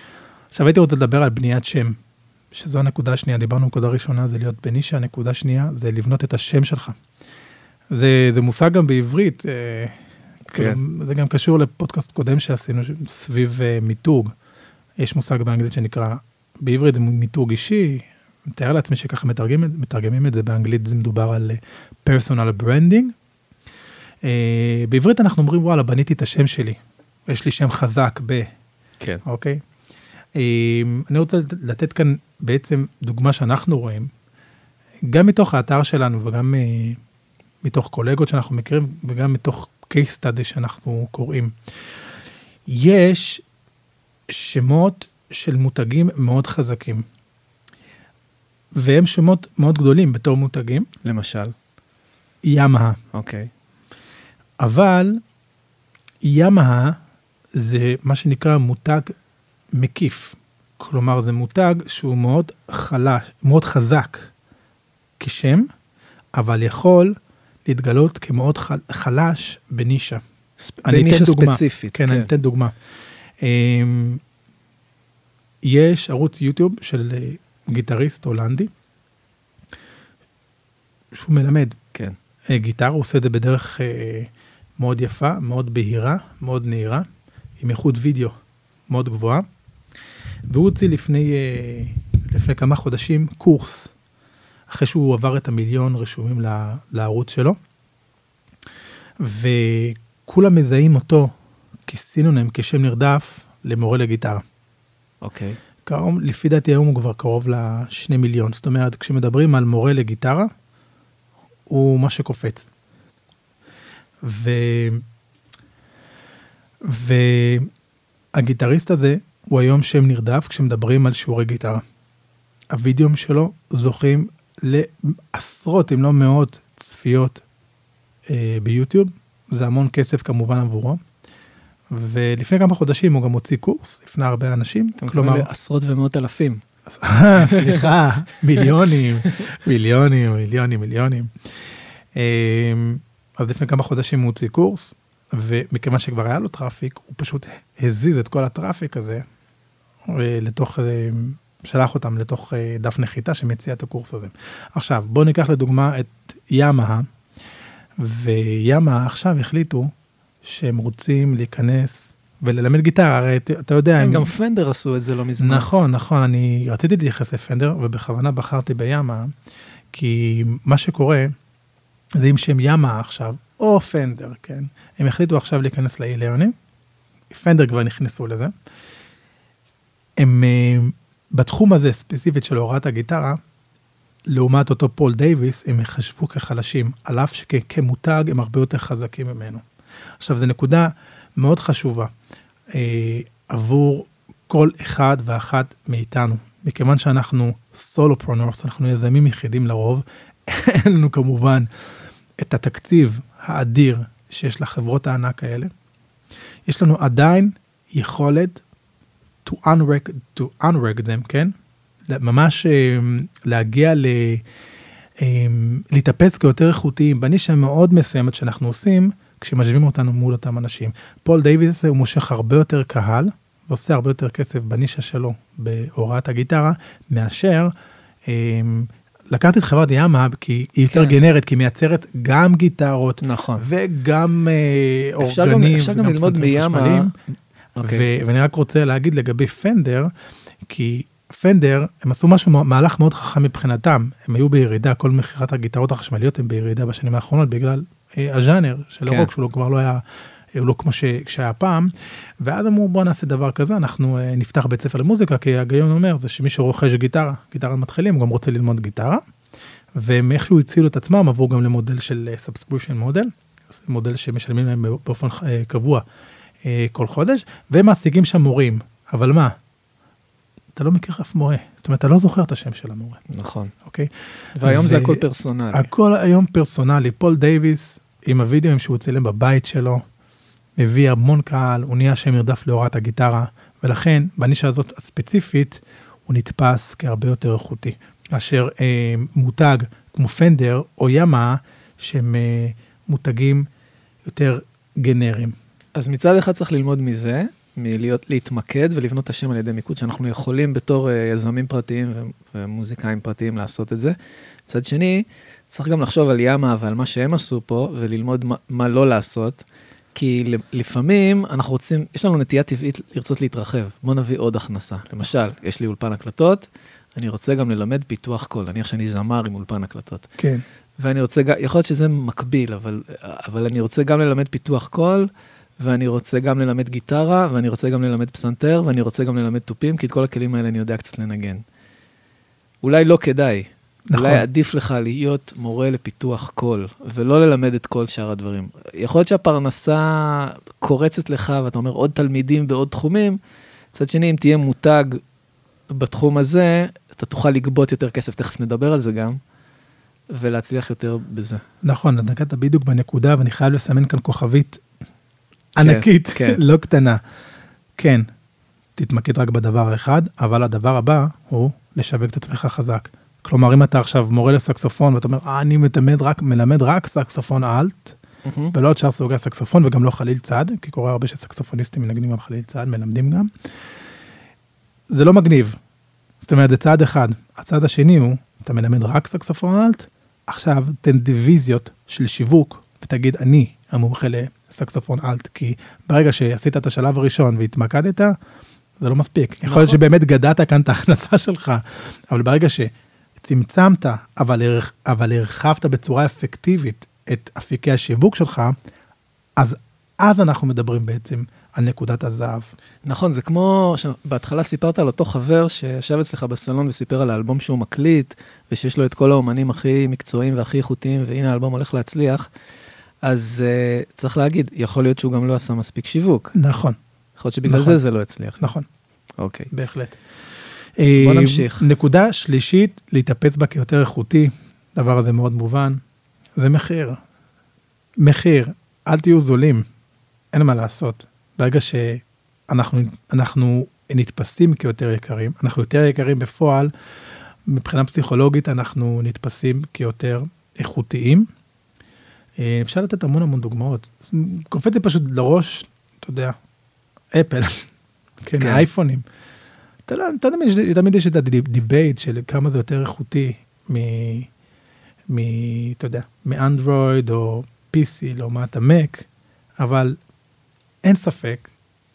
עכשיו הייתי רוצה לדבר על בניית שם, שזו הנקודה השנייה, דיברנו נקודה ראשונה, זה להיות בנישה, הנקודה השנייה, זה לבנות את השם שלך. זה, זה מושג גם בעברית, כן. זה גם קשור לפודקאסט קודם שעשינו סביב מיתוג. יש מושג באנגלית שנקרא, בעברית זה מיתוג אישי, מתאר לעצמי שככה מתרגמים, מתרגמים את זה, באנגלית זה מדובר על personal branding. בעברית אנחנו אומרים, וואלה, בניתי את השם שלי, יש לי שם חזק ב... כן. אוקיי? אני רוצה לתת כאן בעצם דוגמה שאנחנו רואים, גם מתוך האתר שלנו וגם מתוך קולגות שאנחנו מכירים, וגם מתוך case study שאנחנו קוראים. יש שמות של מותגים מאוד חזקים, והם שמות מאוד גדולים בתור מותגים. למשל? ימאה. אוקיי. אבל ימאה זה מה שנקרא מותג מקיף. כלומר, זה מותג שהוא מאוד חלש, מאוד חזק כשם, אבל יכול להתגלות כמאוד חלש בנישה. בנישה ספציפית. כן, אני אתן דוגמה. יש ערוץ יוטיוב של גיטריסט הולנדי, שהוא מלמד. כן. גיטרה, הוא עושה את זה בדרך מאוד יפה, מאוד בהירה, מאוד נהירה, עם איכות וידאו מאוד גבוהה. והוא הוציא לפני, לפני כמה חודשים קורס, אחרי שהוא עבר את המיליון רשומים לערוץ שלו, וכולם מזהים אותו כסינונם, כשם נרדף למורה לגיטרה. אוקיי. קרוב, לפי דעתי היום הוא כבר קרוב לשני מיליון, זאת אומרת, כשמדברים על מורה לגיטרה, הוא מה שקופץ. ו... והגיטריסט הזה, הוא היום שם נרדף כשמדברים על שיעורי גיטרה. הווידאו שלו זוכים לעשרות, אם לא מאות, צפיות אה, ביוטיוב. זה המון כסף כמובן עבורו. ולפני כמה חודשים הוא גם הוציא קורס, לפני הרבה אנשים. אתה כלומר... מתכוון לעשרות ומאות אלפים. סליחה, מיליונים, מיליונים, מיליונים, מיליונים. אז לפני כמה חודשים הוא הוציא קורס, ומכמה שכבר היה לו טראפיק, הוא פשוט הזיז את כל הטראפיק הזה, לתוך, שלח אותם לתוך דף נחיתה שמציע את הקורס הזה. עכשיו, בואו ניקח לדוגמה את ימאה, וימאה עכשיו החליטו שהם רוצים להיכנס וללמד גיטרה, הרי אתה יודע... הם... גם פנדר עשו את זה לא מזמן. נכון, נכון, אני רציתי להתייחס לפנדר, ובכוונה בחרתי בימאה, כי מה שקורה, זה עם שם ימאה עכשיו, או פנדר, כן? הם החליטו עכשיו להיכנס לאי-לרנינג, פנדר כבר נכנסו לזה, הם בתחום הזה ספציפית של הוראת הגיטרה, לעומת אותו פול דייביס, הם יחשבו כחלשים, על אף שכמותג הם הרבה יותר חזקים ממנו. עכשיו, זו נקודה מאוד חשובה, אה, עבור כל אחד ואחת מאיתנו, מכיוון שאנחנו סולופרונורס, אנחנו יזמים יחידים לרוב, אין לנו כמובן את התקציב האדיר שיש לחברות הענק האלה, יש לנו עדיין יכולת to unreg, to unreg them, כן? ממש להגיע ל... להתאפס כיותר איכותיים, בנישה מאוד מסוימת שאנחנו עושים, כשמשווים אותנו מול אותם אנשים. פול דייביס הוא מושך הרבה יותר קהל, ועושה הרבה יותר כסף בנישה שלו, בהוראת הגיטרה, מאשר לקחתי את חברת ימאה, כי היא יותר גנרית, כי היא מייצרת גם גיטרות, נכון. וגם אורגנים, אפשר גם ללמוד מימאה. ואני רק רוצה להגיד לגבי פנדר, כי פנדר, הם עשו משהו, מהלך מאוד חכם מבחינתם, הם היו בירידה, כל מחירת הגיטרות החשמליות הם בירידה בשנים האחרונות, בגלל הז'אנר של הרוק, שהוא כבר לא היה, הוא לא כמו שהיה פעם, ואז אמרו, בוא נעשה דבר כזה, אנחנו נפתח בית ספר למוזיקה, כי הגיון אומר, זה שמי שרוכש גיטרה, גיטרה מתחילים, הוא גם רוצה ללמוד גיטרה, והם איכשהו הצילו את עצמם, עברו גם למודל של subscription model, מודל שמשלמים להם באופן קבוע כל חודש, והם מעסיקים שם מורים, אבל מה? אתה לא מכיר אף מורה, זאת אומרת, אתה לא זוכר את השם של המורה. נכון. אוקיי? והיום זה הכל פרסונלי. הכל היום פרסונלי. פול דייביס, עם הוידאוים שהוא צילם בבית שלו, מביא המון קהל, הוא נהיה שם מרדף להוראת הגיטרה, ולכן, בנישה הזאת הספציפית, הוא נתפס כהרבה יותר איכותי. מאשר אה, מותג כמו פנדר או ימאה, שהם אה, מותגים יותר גנריים. אז מצד אחד צריך ללמוד מזה, מלהיות, להתמקד ולבנות את השם על ידי מיקוד, שאנחנו יכולים בתור יזמים פרטיים ומוזיקאים פרטיים לעשות את זה. מצד שני, צריך גם לחשוב על ימה ועל מה שהם עשו פה, וללמוד מה, מה לא לעשות, כי לפעמים אנחנו רוצים, יש לנו נטייה טבעית לרצות להתרחב. בוא נביא עוד הכנסה. למשל, יש לי אולפן הקלטות, אני רוצה גם ללמד פיתוח קול, נניח שאני זמר עם אולפן הקלטות. כן. ואני רוצה, יכול להיות שזה מקביל, אבל, אבל אני רוצה גם ללמד פיתוח קול, ואני רוצה גם ללמד גיטרה, ואני רוצה גם ללמד פסנתר, ואני רוצה גם ללמד טופים, כי את כל הכלים האלה אני יודע קצת לנגן. אולי לא כדאי. נכון. אולי עדיף לך להיות מורה לפיתוח קול, ולא ללמד את כל שאר הדברים. יכול להיות שהפרנסה קורצת לך, ואתה אומר עוד תלמידים בעוד תחומים, צד שני, אם תהיה מותג בתחום הזה, אתה תוכל לגבות יותר כסף, תכף נדבר על זה גם, ולהצליח יותר בזה. נכון, נגעת בדיוק בנקודה, ואני חייב לסמן כאן כוכבית ענקית, כן, כן. לא קטנה. כן, תתמקד רק בדבר אחד, אבל הדבר הבא הוא לשווק את עצמך חזק. כלומר, אם אתה עכשיו מורה לסקסופון, ואתה אומר, אה, אני מתלמד רק, מלמד רק סקסופון אלט, mm-hmm. ולא עוד שאר סוגי סקסופון, וגם לא חליל צד, כי קורה הרבה שסקסופוניסטים מנגנים גם חליל צד, מלמדים גם. זה לא מגניב. זאת אומרת, זה צעד אחד. הצעד השני הוא, אתה מלמד רק סקסופון אלט, עכשיו תן דיוויזיות של שיווק, ותגיד, אני המומחה לסקסופון אלט, כי ברגע שעשית את השלב הראשון והתמקדת, זה לא מספיק. נכון. יכול להיות שבאמת גדעת כאן את ההכנסה שלך, אבל ברגע שצמצמת, אבל, אבל הרחבת בצורה אפקטיבית את אפיקי השיווק שלך, אז, אז אנחנו מדברים בעצם על נקודת הזהב. נכון, זה כמו שבהתחלה סיפרת על אותו חבר שישב אצלך בסלון וסיפר על האלבום שהוא מקליט, ושיש לו את כל האומנים הכי מקצועיים והכי איכותיים, והנה האלבום הולך להצליח, אז uh, צריך להגיד, יכול להיות שהוא גם לא עשה מספיק שיווק. נכון. יכול להיות שבגלל נכון. זה זה לא הצליח. נכון. אוקיי. בהחלט. בוא נמשיך. נקודה שלישית, להתאפץ בה כיותר איכותי, דבר הזה מאוד מובן, זה מחיר. מחיר, אל תהיו זולים, אין מה לעשות. ברגע שאנחנו אנחנו נתפסים כיותר יקרים, אנחנו יותר יקרים בפועל, מבחינה פסיכולוגית אנחנו נתפסים כיותר איכותיים. אפשר לתת המון המון דוגמאות. קופץ לי פשוט לראש, אתה יודע, אפל, כן, האייפונים. אתה לא, אתה יודע, תמיד יש את הדיבייט של כמה זה יותר איכותי מ, מ, אתה יודע, מאנדרואיד או פי סי לעומת המק, אבל אין ספק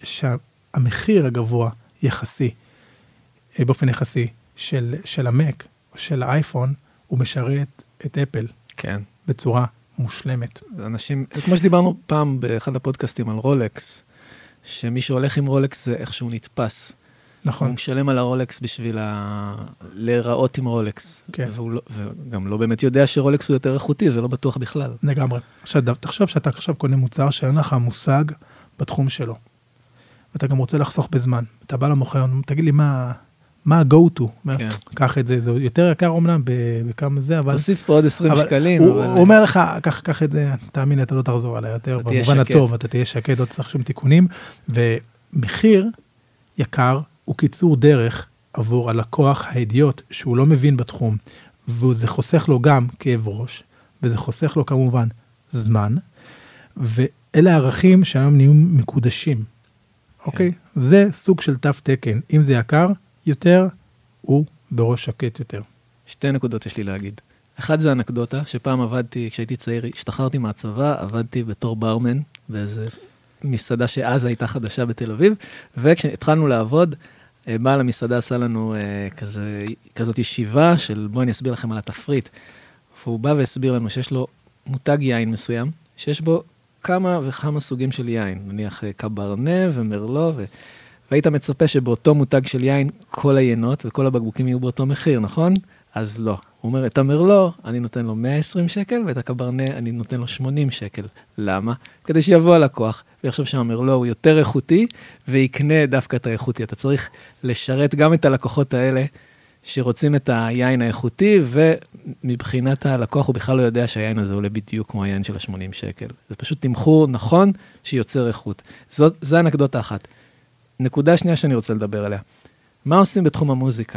שהמחיר הגבוה יחסי, באופן יחסי, של, של המק או של האייפון, הוא משרת את אפל. כן. בצורה מושלמת. אנשים, כמו שדיברנו פעם באחד הפודקאסטים על רולקס, שמי שהולך עם רולקס זה איכשהו נתפס. נכון. הוא משלם על הרולקס בשביל ה... להיראות עם רולקס. כן. והוא לא, וגם לא באמת יודע שרולקס הוא יותר איכותי, זה לא בטוח בכלל. לגמרי. עכשיו, תחשוב שאתה עכשיו קונה מוצר שאין לך מושג בתחום שלו. ואתה גם רוצה לחסוך בזמן. אתה בא למוכר, תגיד לי מה... מה ה-go to? כן. קח את זה, זה יותר יקר אומנם בכמה זה, אבל... תוסיף פה עוד עשרים שקלים. הוא, אבל... הוא אומר לך, קח, קח את זה, תאמין, אתה לא תחזור עליי יותר, במובן הטוב, אתה תהיה שקט, לא צריך שום תיקונים, ומחיר יקר הוא קיצור דרך עבור הלקוח האידיוט, שהוא לא מבין בתחום, וזה חוסך לו גם כאב ראש, וזה חוסך לו כמובן זמן, ואלה הערכים שהיום נהיו מקודשים. כן. אוקיי? זה סוג של תו תקן. אם זה יקר, יותר, הוא בראש שקט יותר. שתי נקודות יש לי להגיד. אחד זה אנקדוטה, שפעם עבדתי, כשהייתי צעיר, השתחררתי מהצבא, עבדתי בתור ברמן, באיזה מסעדה שאז הייתה חדשה בתל אביב, וכשהתחלנו לעבוד, בעל המסעדה עשה לנו כזה, כזאת ישיבה של בואו אני אסביר לכם על התפריט. והוא בא והסביר לנו שיש לו מותג יין מסוים, שיש בו כמה וכמה סוגים של יין, נניח קברנה ומרלו ו... והיית מצפה שבאותו מותג של יין, כל היינות וכל הבקבוקים יהיו באותו מחיר, נכון? אז לא. הוא אומר, את המרלו, אני נותן לו מאה ועשרים שקל, ואת הקברנה, אני נותן לו שמונים שקל. למה? כדי שיבוא הלקוח, ויחשוב שהמרלו הוא יותר איכותי, ויקנה דווקא את האיכותי. אתה צריך לשרת גם את הלקוחות האלה, שרוצים את היין האיכותי, ומבחינת הלקוח הוא בכלל לא יודע שהיין הזה עולה בדיוק כמו היין של ה-שמונים שקל. זה פשוט תמחור נכון שיוצר איכות. זאת, זו אנקדוטה אחת. נקודה שנייה שאני רוצה לדבר עליה. מה עושים בתחום המוזיקה?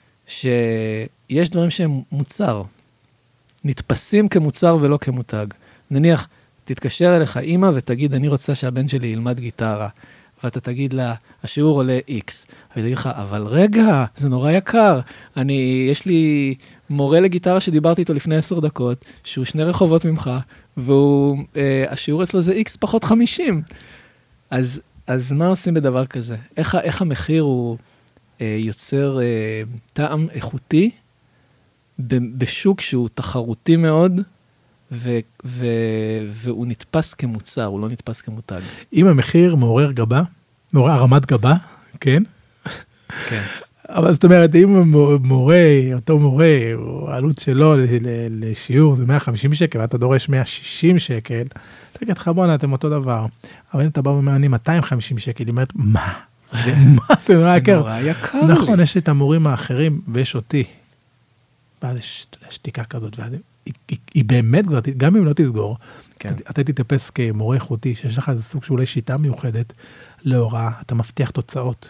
שיש דברים שהם מוצר. נתפסים כמוצר ולא כמותג. נניח, תתקשר אליך אימא ותגיד, אני רוצה שהבן שלי ילמד גיטרה. ואתה תגיד לה, השיעור עולה X. והיא תגיד לך, אבל רגע, זה נורא יקר. אני, יש לי מורה לגיטרה שדיברתי איתו לפני עשר דקות, שהוא שני רחובות ממך, והשיעור אצלו זה X פחות חמישים. אז, אז מה עושים בדבר כזה? איך, איך המחיר הוא אה, יוצר אה, טעם איכותי, בשוק שהוא תחרותי מאוד, ו- ו- והוא נתפס כמוצר, הוא לא נתפס כמותג. אם המחיר מעורר גבה, מעורר הרמת גבה, כן? כן. אבל זאת אומרת, אם מורה, אותו מורה, העלות שלו לשיעור זה מאה וחמישים שקל, ואתה דורש מאה ושישים שקל, תגיד לך, בוא'נה, אתם אותו דבר. אבל אם אתה בא ואומר, אני מאתיים וחמישים שקל, היא אומרת, מה? מה זה נורא יקר? זה נורא יקר. נכון, יש את המורים האחרים, ויש אותי. ואז יש שתיקה כזאת, ואז היא, היא, היא באמת, גם אם לא תסגור, כן. אתה תתאפס כמורה איכותי, שיש לך איזה סוג שאולי שיטה מיוחדת להוראה, אתה מבטיח תוצאות.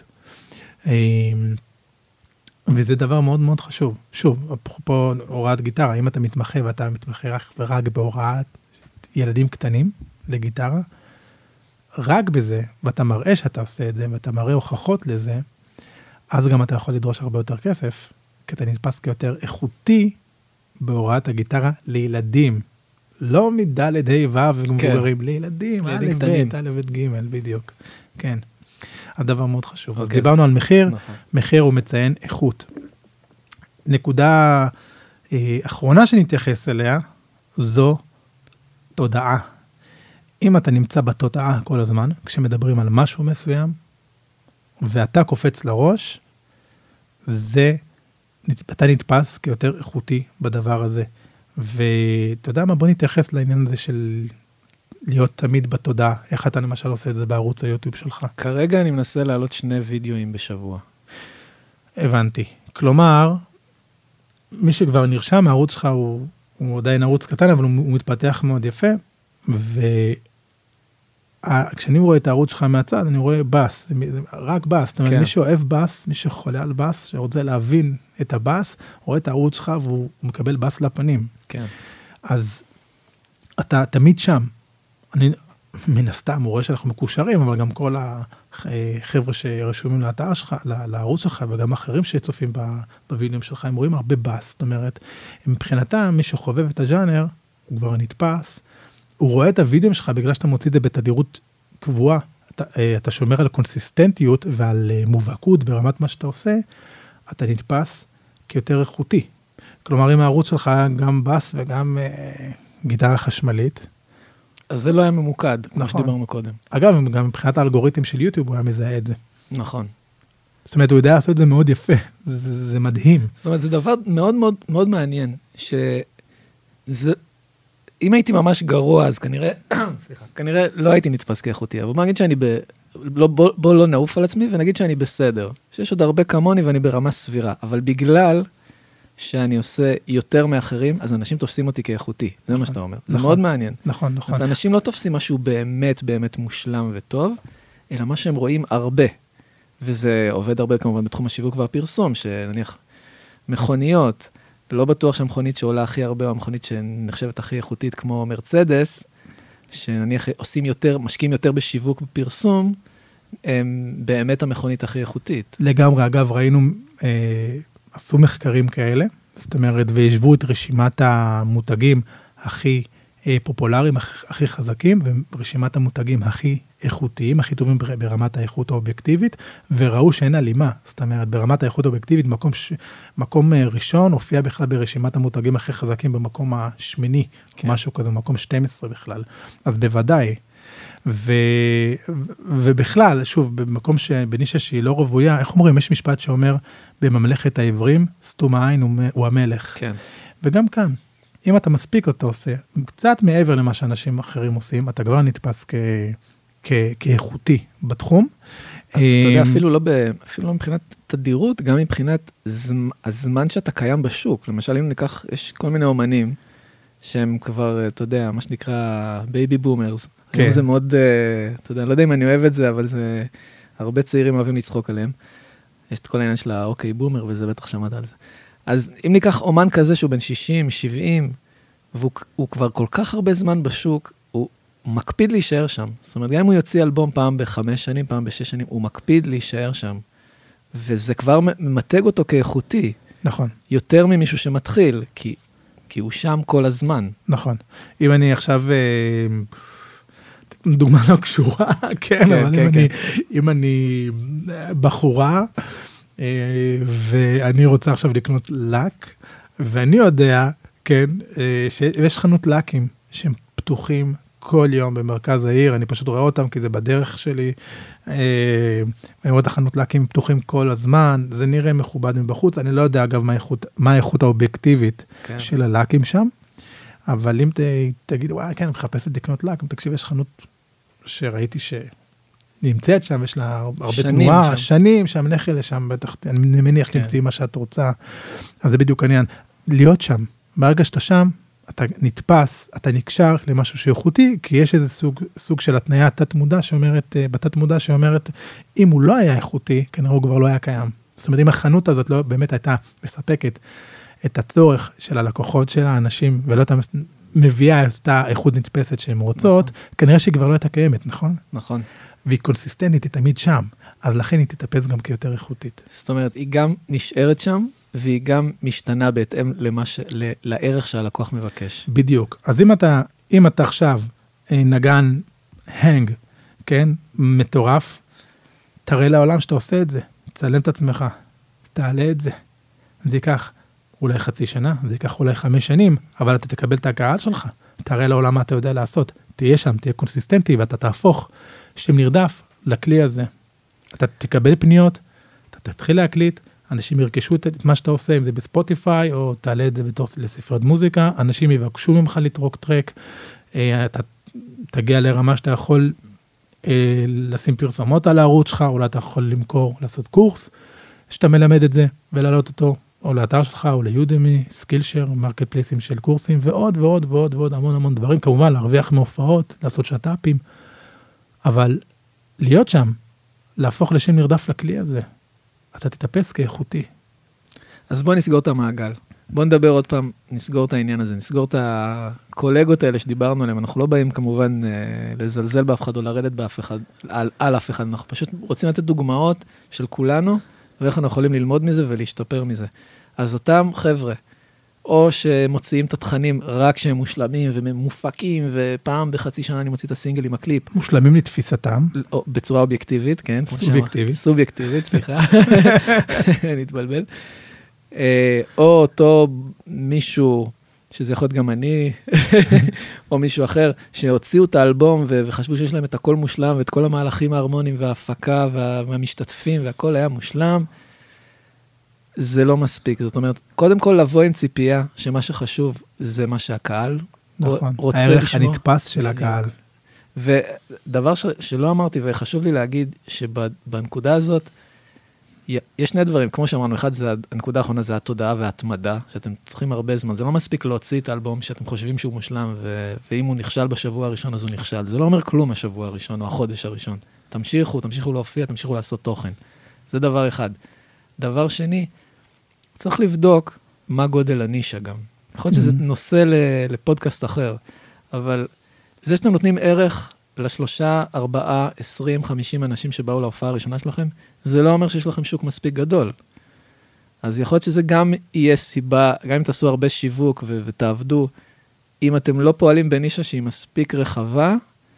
וזה דבר מאוד מאוד חשוב. שוב, פה הוראת גיטרה, אם אתה מתמחה ואתה מתמחה רק בהוראת ילדים קטנים לגיטרה, רק בזה, ואתה מראה שאתה עושה את זה, ואתה מראה הוכחות לזה, אז גם אתה יכול לדרוש הרבה יותר כסף, כי אתה נתפס כיותר איכותי בהוראת הגיטרה לילדים. לא מדלת ה' ו' ומבוגרים, לילדים, א' ב', א' ב' ג', בדיוק. כן. הדבר מאוד חשוב. אז דיברנו על מחיר, מחיר הוא מציין איכות. נקודה אחרונה שנתייחס אליה, זו תודעה. אם אתה נמצא בתודעה כל הזמן, כשמדברים על משהו מסוים, ואתה קופץ לראש, זה, אתה נתפס כיותר איכותי בדבר הזה. ואתה יודע מה, בוא נתייחס לעניין הזה של להיות תמיד בתודעה. איך אתה למשל עושה את זה בערוץ היוטיוב שלך? כרגע אני מנסה להעלות שני וידאוים בשבוע. הבנתי. כלומר, מי שכבר נרשם, הערוץ שלך הוא, הוא עדיין ערוץ קטן, אבל הוא, הוא מתפתח מאוד יפה, וכשאני רואה את הערוץ שלך מהצד, אני רואה בס, רק בס. זאת אומרת, כן. מי שאוהב בס, מי שחולה על בס, שרוצה להבין את הבס, רואה את הערוץ שלך והוא מקבל בס לפנים. כן. אז אתה תמיד שם. אני מן הסתם, הוא רואה שאנחנו מקושרים, אבל גם כל החבר'ה שרשומים לאתר שלך, לערוץ שלך, וגם אחרים שצופים בווידאוים שלך, הם רואים הרבה בס. זאת אומרת, מבחינתם, מי שחובב את הז'אנר, הוא כבר נתפס, הוא רואה את הווידאוים שלך, בגלל שאתה מוציא את זה בתדירות קבועה, אתה, אתה שומר על קונסיסטנטיות ועל מובהקות ברמת מה שאתה עושה, אתה נתפס כיותר איכותי. כלומר, אם הערוץ שלך גם בס וגם אה, גיטרה חשמלית, אז זה לא היה ממוקד, כמו נכון. שדיברנו קודם. אגב, גם מבחינת האלגוריתם של יוטיוב, הוא היה מזהה את זה. נכון. זאת אומרת, הוא יודע לעשות את זה מאוד יפה. זה, זה מדהים. זאת אומרת, זה דבר מאוד מאוד מאוד מעניין, שזה, אם הייתי ממש גרוע, אז כנראה, סליחה, כנראה לא הייתי נתפס כאיכותי, אבל בוא נגיד שאני ב... לא, בוא, בוא לא נעוף על עצמי, ונגיד שאני בסדר. שיש עוד הרבה כמוני ואני ברמה סבירה, אבל בגלל שאני עושה יותר מאחרים, אז אנשים תופסים אותי כאיכותי. זה נכון, מה שאתה אומר. נכון, זה מאוד מעניין. נכון, נכון. אנשים לא תופסים משהו באמת, באמת מושלם וטוב, אלא מה שהם רואים הרבה. וזה עובד הרבה כמובן בתחום השיווק והפרסום, שנניח מכוניות, לא בטוח שהמכונית שעולה הכי הרבה, או המכונית שנחשבת הכי איכותית כמו מרצדס, שנניח עושים יותר, משקיעים יותר בשיווק ופרסום, הם באמת המכונית הכי איכותית. לגמרי, אגב, ראינו, אה, עשו מחקרים כאלה, זאת אומרת, וישבו את רשימת המותגים הכי אה, פופולריים, הכי, הכי חזקים, ורשימת המותגים הכי איכותיים, הכי טובים ברמת האיכות האובייקטיבית, וראו שאין הלימה, זאת אומרת, ברמת האיכות האובייקטיבית, מקום, ש... מקום ראשון, הופיע בכלל ברשימת המותגים הכי חזקים במקום השמיני, כן. משהו כזה, מקום שתים עשרה בכלל. אז בוודאי, ו... ובכלל, שוב, במקום ש... בנישה שהיא לא רבויה, איך אומרים, יש משפט שאומר, בממלכת העברים, סתום העין הוא, הוא המלך. כן. וגם כאן, אם אתה מספיק אתה עושה, קצת מעבר למה שאנשים אחרים עושים, אתה כבר נתפס כ... כ... כאיכותי בתחום. אתה יודע, אפילו לא, ב... אפילו לא מבחינת תדירות, גם מבחינת זמ... הזמן שאתה קיים בשוק. למשל, אם ניקח, יש כל מיני אומנים, שהם כבר, אתה יודע, מה שנקרא בייבי בומרס. כן. זה מאוד, אתה יודע, לא יודע אם אני אוהב את זה, אבל זה, הרבה צעירים אוהבים לצחוק עליהם. יש את כל העניין של האוקיי בומר, וזה בטח שמעת על זה. אז אם ניקח אומן כזה שהוא בן שישים, שבעים, והוא כבר כל כך הרבה זמן בשוק, הוא, מקפיד להישאר שם. זאת אומרת, גם אם הוא יוציא אלבום פעם בחמש שנים, פעם בשש שנים, הוא מקפיד להישאר שם. וזה כבר ממתג אותו כאיכותי. נכון. יותר ממישהו שמתחיל, כי, כי הוא שם כל הזמן. נכון. אם אני עכשיו, דוגמה לא קשורה, כן, כן אבל כן, אם, כן. אני, אם אני בחורה, ואני רוצה עכשיו לקנות לק, ואני יודע, כן, שיש חנות לקים שהם פתוחים כל יום במרכז העיר, אני פשוט רואה אותם כי זה בדרך שלי, אני רואה את החנות לקים פתוחים כל הזמן, זה נראה מכובד מבחוץ, אני לא יודע אגב מה האיכות, מה האיכות האובייקטיבית כן. של הלקים שם, אבל אם ת, תגיד, וואי, כן, אני מחפשת לקנות לק, תקשיב, יש חנות שראיתי שנמצאת שם, יש לה הרבה תנועה, שם. שנים, שם לכי לשם, בטח, אני מניח כן. תמצאי מה שאת רוצה, אז זה בדיוק העניין, להיות שם, ברגע שאתה שם, אתה נתפס, אתה נקשר למשהו שאיכותי, כי יש איזה סוג, סוג של התניה תת-מודע שאומרת, בתת-מודע שאומרת, אם הוא לא היה איכותי, כנראה הוא כבר לא היה קיים. זאת אומרת, אם החנות הזאת לא באמת הייתה מספקת את הצורך של הלקוחות של האנשים, ולא הייתה מביאה את האיכות נתפסת שהן רוצות, נכון. כנראה שהיא כבר לא הייתה קיימת, נכון? נכון. והיא קונסיסטנטית, היא תמיד שם, אז לכן היא תתאפס גם כיותר איכותית. זאת אומרת, היא גם נשארת שם, והיא גם משתנה בהתאם למש... לערך שהלקוח מבקש. בדיוק. אז אם אתה, אם אתה עכשיו נגן הנג, כן, מטורף, תראה לעולם שאתה עושה את זה, תצלם את עצמך, תעלה את זה. זה ייקח אולי חצי שנה, זה ייקח אולי חמש שנים, אבל אתה תקבל את הקהל שלך, תראה לעולם מה אתה יודע לעשות, תהיה שם, תהיה קונסיסטנטי, ואתה תהפוך שם נרדף לכלי הזה. אתה תקבל פניות, אתה תתחיל להקליט, אנשים ירכשו את מה שאתה עושה, אם זה בספוטיפיי, או תעלה את זה בתור לספריות מוזיקה, אנשים יבקשו ממך לטרוק טרק, אתה תגיע לרמה שאתה יכול לשים פרסומות על הערוץ שלך, אולי אתה יכול למכור, לעשות קורס, שאתה מלמד את זה, ולהעלות אותו, או לאתר שלך, או ליודמי, סקילשר, מרקט פלייסים של קורסים, ועוד ועוד ועוד ועוד המון המון דברים, כמובן להרוויח מהופעות, לעשות שטאפים, אבל להיות שם, להפוך לשם נרדף לכלי הזה, אתה תתאפס כאיכותי. אז בוא נסגור את המעגל. בוא נדבר עוד פעם, נסגור את העניין הזה, נסגור את הקולגות האלה שדיברנו עליהם. אנחנו לא באים כמובן לזלזל באף אחד או לרדת באף אחד, על, על אף אחד. אנחנו פשוט רוצים לתת דוגמאות של כולנו, ואיך אנחנו יכולים ללמוד מזה ולהשתפר מזה. אז אותם חבר'ה, או שמוציאים את התכנים רק שהם מושלמים ומופקים, ופעם בחצי שנה אני מוציא את הסינגל עם הקליפ. מושלמים לתפיסתם. או, בצורה אובייקטיבית, כן. סובייקטיבית. סובייקטיבית, סליחה. נתבלבל. או אותו מישהו, שזה יכול להיות גם אני, או מישהו אחר, שהוציאו את האלבום וחשבו שיש להם את הכל מושלם, ואת כל המהלכים ההרמוניים וההפקה והמשתתפים, והכל היה מושלם. זה לא מספיק. זאת אומרת, קודם כל לבוא עם ציפייה, שמה שחשוב זה מה שהקהל נכון. רוצה לשמוע. הערך הנתפס של הקהל. ודבר ש, שלא אמרתי, וחשוב לי להגיד, שבנקודה הזאת, יש שני דברים, כמו שאמרנו, אחד זה, הנקודה האחרונה זה התודעה וההתמדה, שאתם צריכים הרבה זמן, זה לא מספיק להוציא את האלבום שאתם חושבים שהוא מושלם, ו, ואם הוא נכשל בשבוע הראשון, אז הוא נכשל. זה לא אומר כלום השבוע הראשון, או החודש הראשון. תמשיכו, תמשיכו להופיע, תמשיכו לעשות תוכן. זה דבר אחד. דבר שני, צריך לבדוק מה גודל הנישה גם. יכול להיות שזה נושא לפודקאסט אחר, אבל זה שאתם נותנים ערך לשלושה, ארבעה, עשרים, חמישים אנשים שבאו להופעה הראשונה שלכם, זה לא אומר שיש לכם שוק מספיק גדול. אז יכול להיות שזה גם יהיה סיבה, גם אם תעשו הרבה שיווק ו- ותעבדו, אם אתם לא פועלים בנישה שהיא מספיק רחבה,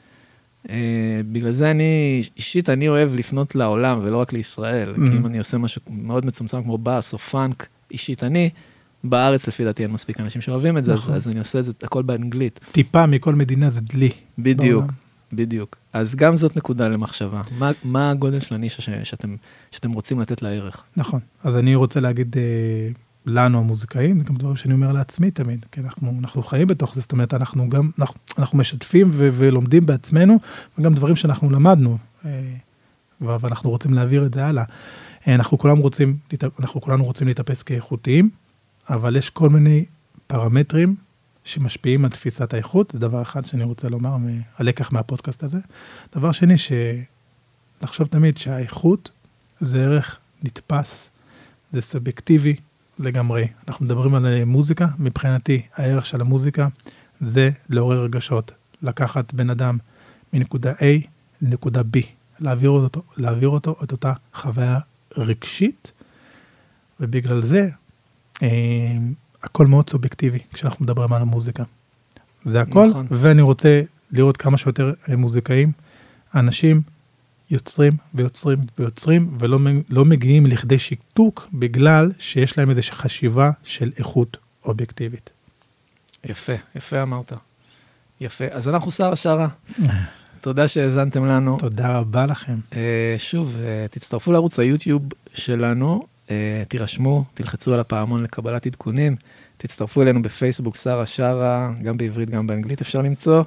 אה, בגלל זה אני, אישית אני אוהב לפנות לעולם ולא רק לישראל, mm-hmm. כי אם אני עושה משהו מאוד מצומצם כמו באס או פאנק, אישית אני, בארץ לפי דעתי אין מספיק אנשים שאוהבים את זה, נכון. אז, אז אני עושה את זה הכל באנגלית. טיפה מכל מדינה זה דלי. בדיוק. בעולם. בדיוק. אז גם זאת נקודה למחשבה. מה, מה הגודל של הנישה ש, שאתם, שאתם רוצים לתת לערך? נכון. אז אני רוצה להגיד אה, לנו המוזיקאים, זה גם דבר שאני אומר לעצמי תמיד, כי אנחנו, אנחנו חיים בתוך זה, זאת אומרת, אנחנו גם, אנחנו, אנחנו משתפים ו, ולומדים בעצמנו, וגם דברים שאנחנו למדנו, אה, ואנחנו רוצים להעביר את זה הלאה. אה, אנחנו כולם רוצים, אנחנו כולנו רוצים להתאפס כאיכותיים, אבל יש כל מיני פרמטרים, שמשפיעים על תפיסת האיכות, זה דבר אחד שאני רוצה לומר, הלקח מהפודקאסט הזה. דבר שני, שלחשוב תמיד שהאיכות זה ערך נתפס, זה סובייקטיבי לגמרי. אנחנו מדברים על מוזיקה, מבחינתי הערך של המוזיקה זה לעורר רגשות, לקחת בן אדם מנקודה A לנקודה B, להעביר אותו, להעביר אותו את אותה חוויה רגשית, ובגלל זה, אה, הכל מאוד סובייקטיבי, כשאנחנו מדברים על המוזיקה. זה הכל, נכון. ואני רוצה לראות כמה שיותר מוזיקאים, אנשים יוצרים ויוצרים ויוצרים, ולא לא מגיעים לכדי שיתוק, בגלל שיש להם איזושהי חשיבה של איכות אובייקטיבית. יפה, יפה אמרת. יפה. אז אנחנו שרה שרה. תודה שהזנתם לנו. תודה רבה לכם. שוב, תצטרפו לערוץ היוטיוב שלנו, תירשמו, תלחצו על הפעמון לקבלת עדכונים, תצטרפו אלינו בפייסבוק, שרה שרה, גם בעברית, גם באנגלית אפשר למצוא.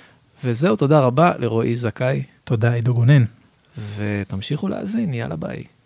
וזהו, תודה רבה לרועי זכאי. תודה, עידו גונן. ותמשיכו להאזין, יאללה ביי.